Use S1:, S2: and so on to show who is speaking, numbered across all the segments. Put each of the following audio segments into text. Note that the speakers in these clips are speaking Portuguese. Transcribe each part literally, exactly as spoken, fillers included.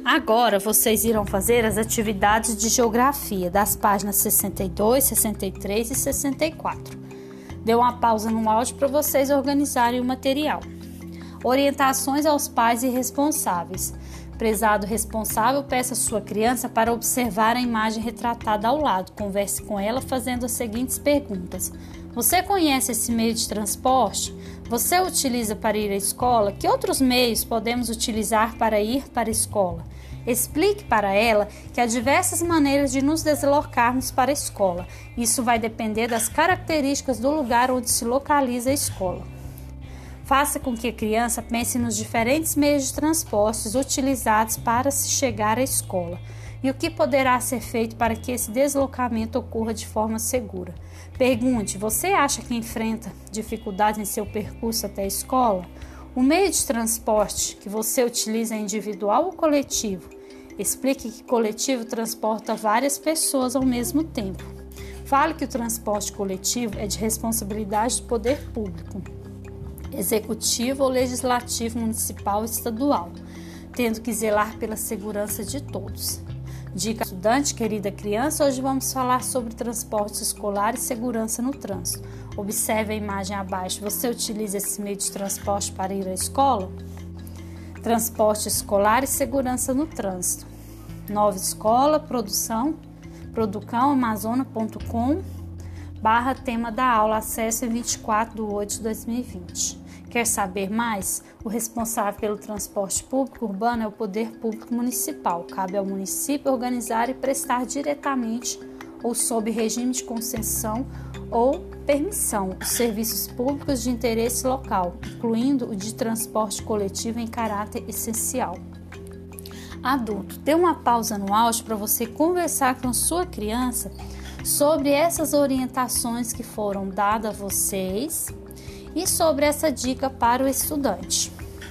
S1: Agora vocês irão fazer as atividades de geografia das páginas sessenta e dois, sessenta e três e sessenta e quatro. Dê uma pausa no áudio para vocês organizarem o material. Orientações aos pais e responsáveis. Prezado responsável, peça a sua criança para observar a imagem retratada ao lado. Converse com ela fazendo as seguintes perguntas. Você conhece esse meio de transporte? Você o utiliza para ir à escola? Que outros meios podemos utilizar para ir para a escola? Explique para ela que há diversas maneiras de nos deslocarmos para a escola. Isso vai depender das características do lugar onde se localiza a escola. Faça com que a criança pense nos diferentes meios de transportes utilizados para se chegar à escola e o que poderá ser feito para que esse deslocamento ocorra de forma segura. Pergunte: você acha que enfrenta dificuldades em seu percurso até a escola? O meio de transporte que você utiliza é individual ou coletivo? Explique que coletivo transporta várias pessoas ao mesmo tempo. Fale que o transporte coletivo é de responsabilidade do poder público, executivo ou legislativo municipal ou estadual, tendo que zelar pela segurança de todos. Dica estudante, querida criança, hoje vamos falar sobre transporte escolar e segurança no trânsito. Observe a imagem abaixo. Você utiliza esse meio de transporte para ir à escola? Transporte escolar e segurança no trânsito. Nova Escola, produção, producão, amazona ponto com, barra tema da aula, acesso em vinte e quatro de oito de dois mil e vinte. Quer saber mais? O responsável pelo transporte público urbano é o poder público municipal. Cabe ao município organizar e prestar diretamente ou sob regime de concessão ou permissão os serviços públicos de interesse local, incluindo o de transporte coletivo em caráter essencial. Adulto, dê uma pausa no áudio para você conversar com sua criança sobre essas orientações que foram dadas a vocês e sobre essa dica para o estudante.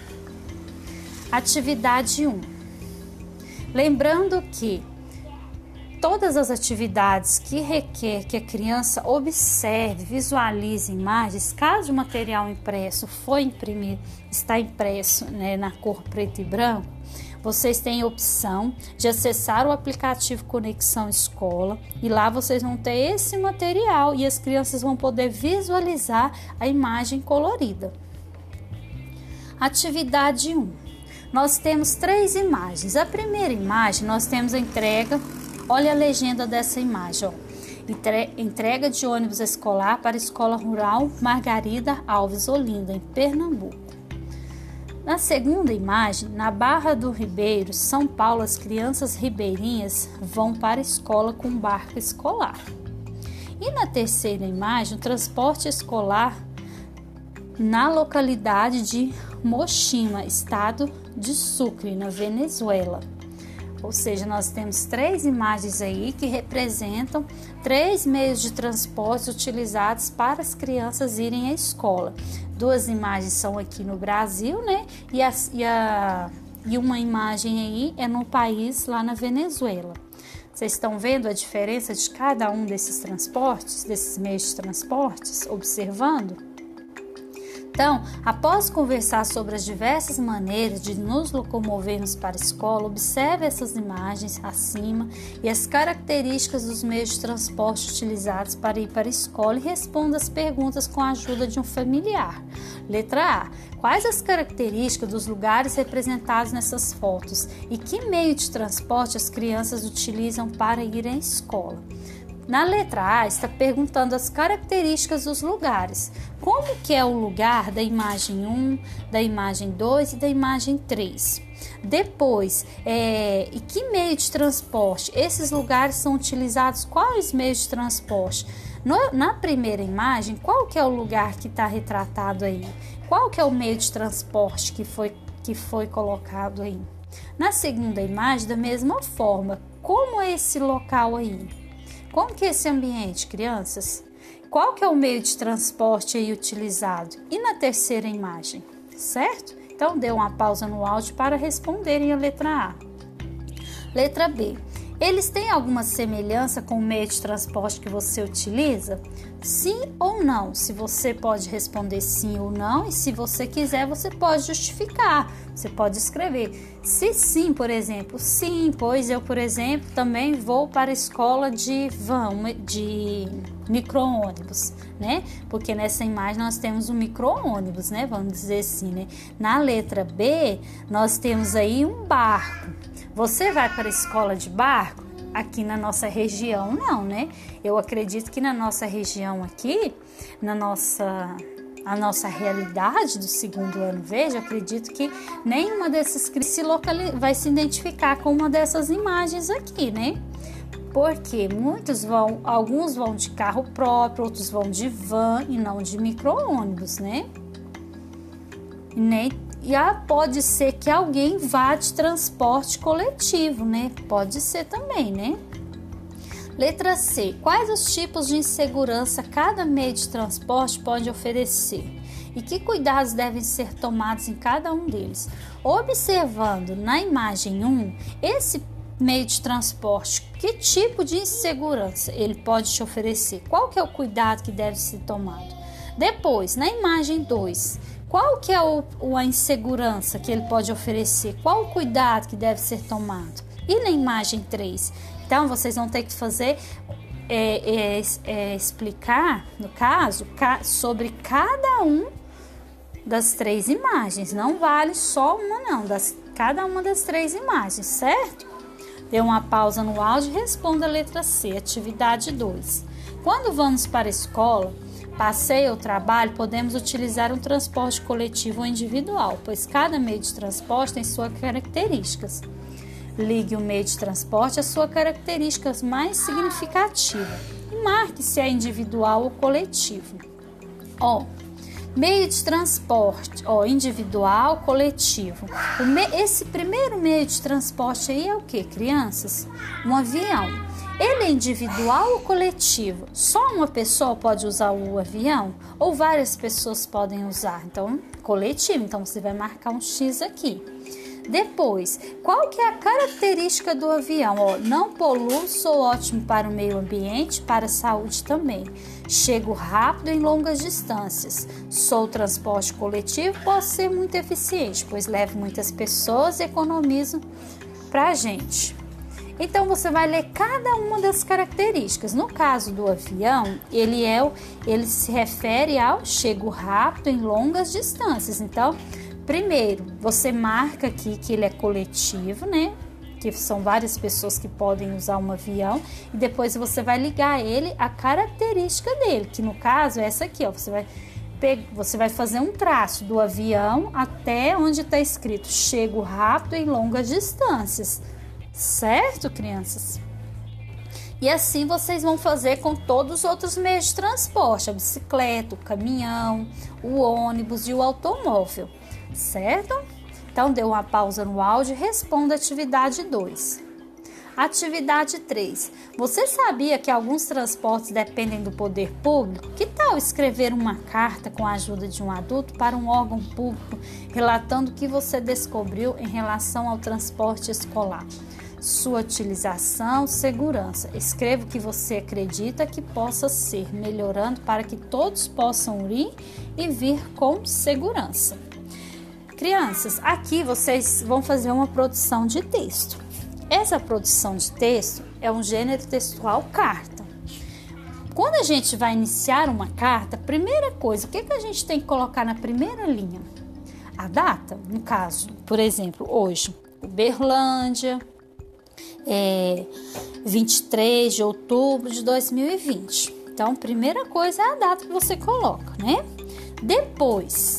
S1: Atividade um. Lembrando que todas as atividades que requer que a criança observe, visualize imagens, caso o material impresso for imprimir, está impresso, né, na cor preto e branco, vocês têm a opção de acessar o aplicativo Conexão Escola e lá vocês vão ter esse material e as crianças vão poder visualizar a imagem colorida. Atividade um. Nós temos três imagens. A primeira imagem, nós temos a entrega. Olha a legenda dessa imagem, ó. Entrega de ônibus escolar para a Escola Rural Margarida Alves Olinda, em Pernambuco. Na segunda imagem, na Barra do Ribeiro, São Paulo, as crianças ribeirinhas vão para a escola com barco escolar. E na terceira imagem, o transporte escolar na localidade de Mochima, estado de Sucre, na Venezuela. Ou seja, nós temos três imagens aí que representam três meios de transporte utilizados para as crianças irem à escola. Duas imagens são aqui no Brasil, né? E, a, e, a, e uma imagem aí é no país, lá na Venezuela. Vocês estão vendo a diferença de cada um desses transportes, desses meios de transportes, observando? Então, após conversar sobre as diversas maneiras de nos locomovermos para a escola, observe essas imagens acima e as características dos meios de transporte utilizados para ir para a escola e responda as perguntas com a ajuda de um familiar. Letra A. Quais as características dos lugares representados nessas fotos e que meio de transporte as crianças utilizam para ir à escola? Na letra A, está perguntando as características dos lugares. Como que é o lugar da imagem um, da imagem dois e da imagem três? Depois, é, e que meio de transporte? Esses lugares são utilizados, quais meios de transporte? No, na primeira imagem, qual que é o lugar que está retratado aí? Qual que é o meio de transporte que foi, que foi colocado aí? Na segunda imagem, da mesma forma, como é esse local aí? Como que é esse ambiente, crianças? Qual que é o meio de transporte aí utilizado? E na terceira imagem, certo? Então, dê uma pausa no áudio para responderem a letra A. Letra B. Eles têm alguma semelhança com o meio de transporte que você utiliza? Sim ou não? Se você pode responder sim ou não, e se você quiser, você pode justificar. Você pode escrever. Se sim, por exemplo, sim, pois eu, por exemplo, também vou para a escola de van, de micro-ônibus, né? Porque nessa imagem nós temos um micro-ônibus, né? Vamos dizer assim, né? Na letra B, nós temos aí um barco. Você vai para a escola de barco? Aqui na nossa região, não, né? Eu acredito que na nossa região aqui, na nossa, a nossa realidade do segundo ano verde, eu acredito que nenhuma dessas crianças se localiza, vai se identificar com uma dessas imagens aqui, né? Porque muitos vão, alguns vão de carro próprio, outros vão de van e não de micro-ônibus, né? E nem E ah, pode ser que alguém vá de transporte coletivo, né? Pode ser também, né? Letra C. Quais os tipos de insegurança cada meio de transporte pode oferecer? E que cuidados devem ser tomados em cada um deles? Observando na imagem um, esse meio de transporte, que tipo de insegurança ele pode te oferecer? Qual que é o cuidado que deve ser tomado? Depois, na imagem dois, qual que é o, a insegurança que ele pode oferecer? Qual o cuidado que deve ser tomado? E na imagem três? Então, vocês vão ter que fazer, é, é, é, explicar, no caso, ca, sobre cada um das três imagens. Não vale só uma, não. Das, cada uma das três imagens, certo? Dê uma pausa no áudio e responda a letra C, atividade dois. Quando vamos para a escola, passeio ou trabalho, podemos utilizar um transporte coletivo ou individual, pois cada meio de transporte tem suas características. Ligue o meio de transporte às suas características mais significativas e marque se é individual ou coletivo. Ó, meio de transporte, ó, individual, coletivo. O me, esse primeiro meio de transporte aí é o que, crianças? Um avião. Ele é individual ou coletivo? Só uma pessoa pode usar o avião? Ou várias pessoas podem usar? Então, coletivo. Então, você vai marcar um X aqui. Depois, qual que é a característica do avião? Ó, não poluo, sou ótimo para o meio ambiente, para a saúde também. Chego rápido em longas distâncias. Sou transporte coletivo, posso ser muito eficiente, pois levo muitas pessoas e economizo para a gente. Então, você vai ler cada uma das características. No caso do avião, ele, é, ele se refere ao chego rápido em longas distâncias. Então, primeiro, você marca aqui que ele é coletivo, né? Que são várias pessoas que podem usar um avião. E depois você vai ligar ele à característica dele, que no caso é essa aqui, ó. Você vai, você vai fazer um traço do avião até onde está escrito chego rápido em longas distâncias. Certo, crianças? E assim vocês vão fazer com todos os outros meios de transporte, a bicicleta, o caminhão, o ônibus e o automóvel, certo? Então, dê uma pausa no áudio e responda a atividade dois. Atividade três. Você sabia que alguns transportes dependem do poder público? Que tal escrever uma carta com a ajuda de um adulto para um órgão público relatando o que você descobriu em relação ao transporte escolar? Sua utilização, segurança. Escreva o que você acredita que possa ser, melhorando para que todos possam ir e vir com segurança. Crianças, aqui vocês vão fazer uma produção de texto. Essa produção de texto é um gênero textual carta. Quando a gente vai iniciar uma carta, primeira coisa, o que, que a gente tem que colocar na primeira linha? A data, no caso, por exemplo, hoje, Uberlândia, é, vinte e três de outubro de dois mil e vinte. Então, primeira coisa é a data que você coloca, né? Depois,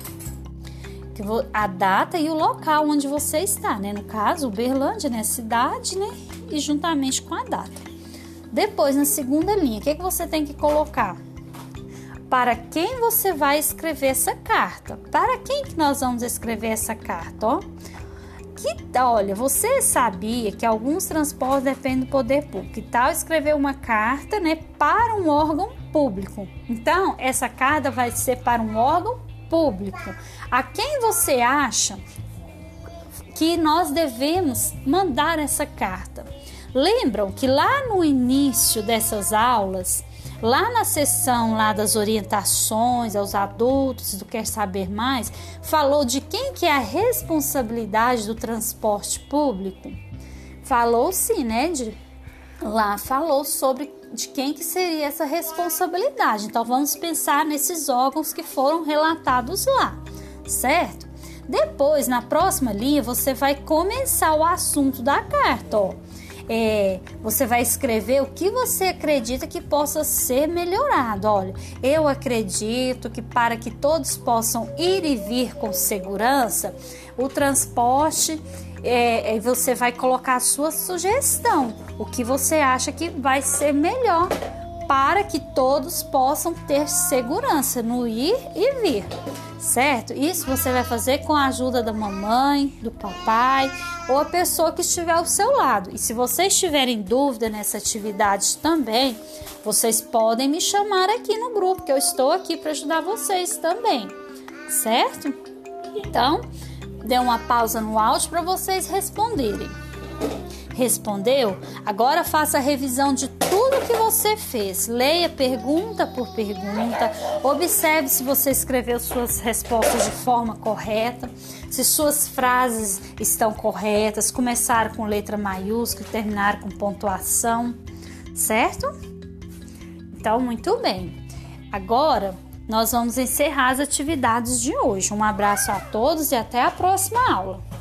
S1: a data e o local onde você está, né? No caso, Uberlândia, né? Cidade, né? E juntamente com a data. Depois, na segunda linha, o que, que você tem que colocar? Para quem você vai escrever essa carta? Para quem que nós vamos escrever essa carta, ó? Que, olha, você sabia que alguns transportes dependem do poder público? Que tal escrever uma carta, né, para um órgão público? Então, essa carta vai ser para um órgão público. A quem você acha que nós devemos mandar essa carta? Lembram que lá no início dessas aulas, lá na sessão lá das orientações aos adultos do Quer Saber Mais, falou de quem que é a responsabilidade do transporte público? Falou sim, né? De, lá falou sobre de quem que seria essa responsabilidade. Então, vamos pensar nesses órgãos que foram relatados lá, certo? Depois, na próxima linha, você vai começar o assunto da carta, ó. É, você vai escrever o que você acredita que possa ser melhorado. Olha, eu acredito que para que todos possam ir e vir com segurança, o transporte, é, você vai colocar a sua sugestão, o que você acha que vai ser melhor para que todos possam ter segurança no ir e vir, certo? Isso você vai fazer com a ajuda da mamãe, do papai ou a pessoa que estiver ao seu lado. E se vocês tiverem dúvida nessa atividade também, vocês podem me chamar aqui no grupo, que eu estou aqui para ajudar vocês também, certo? Então, dê uma pausa no áudio para vocês responderem. Respondeu? Agora faça a revisão de tudo que você fez. Leia pergunta por pergunta. Observe se você escreveu suas respostas de forma correta, se suas frases estão corretas, começaram com letra maiúscula e terminaram com pontuação, certo? Então, muito bem. Agora, nós vamos encerrar as atividades de hoje. Um abraço a todos e até a próxima aula.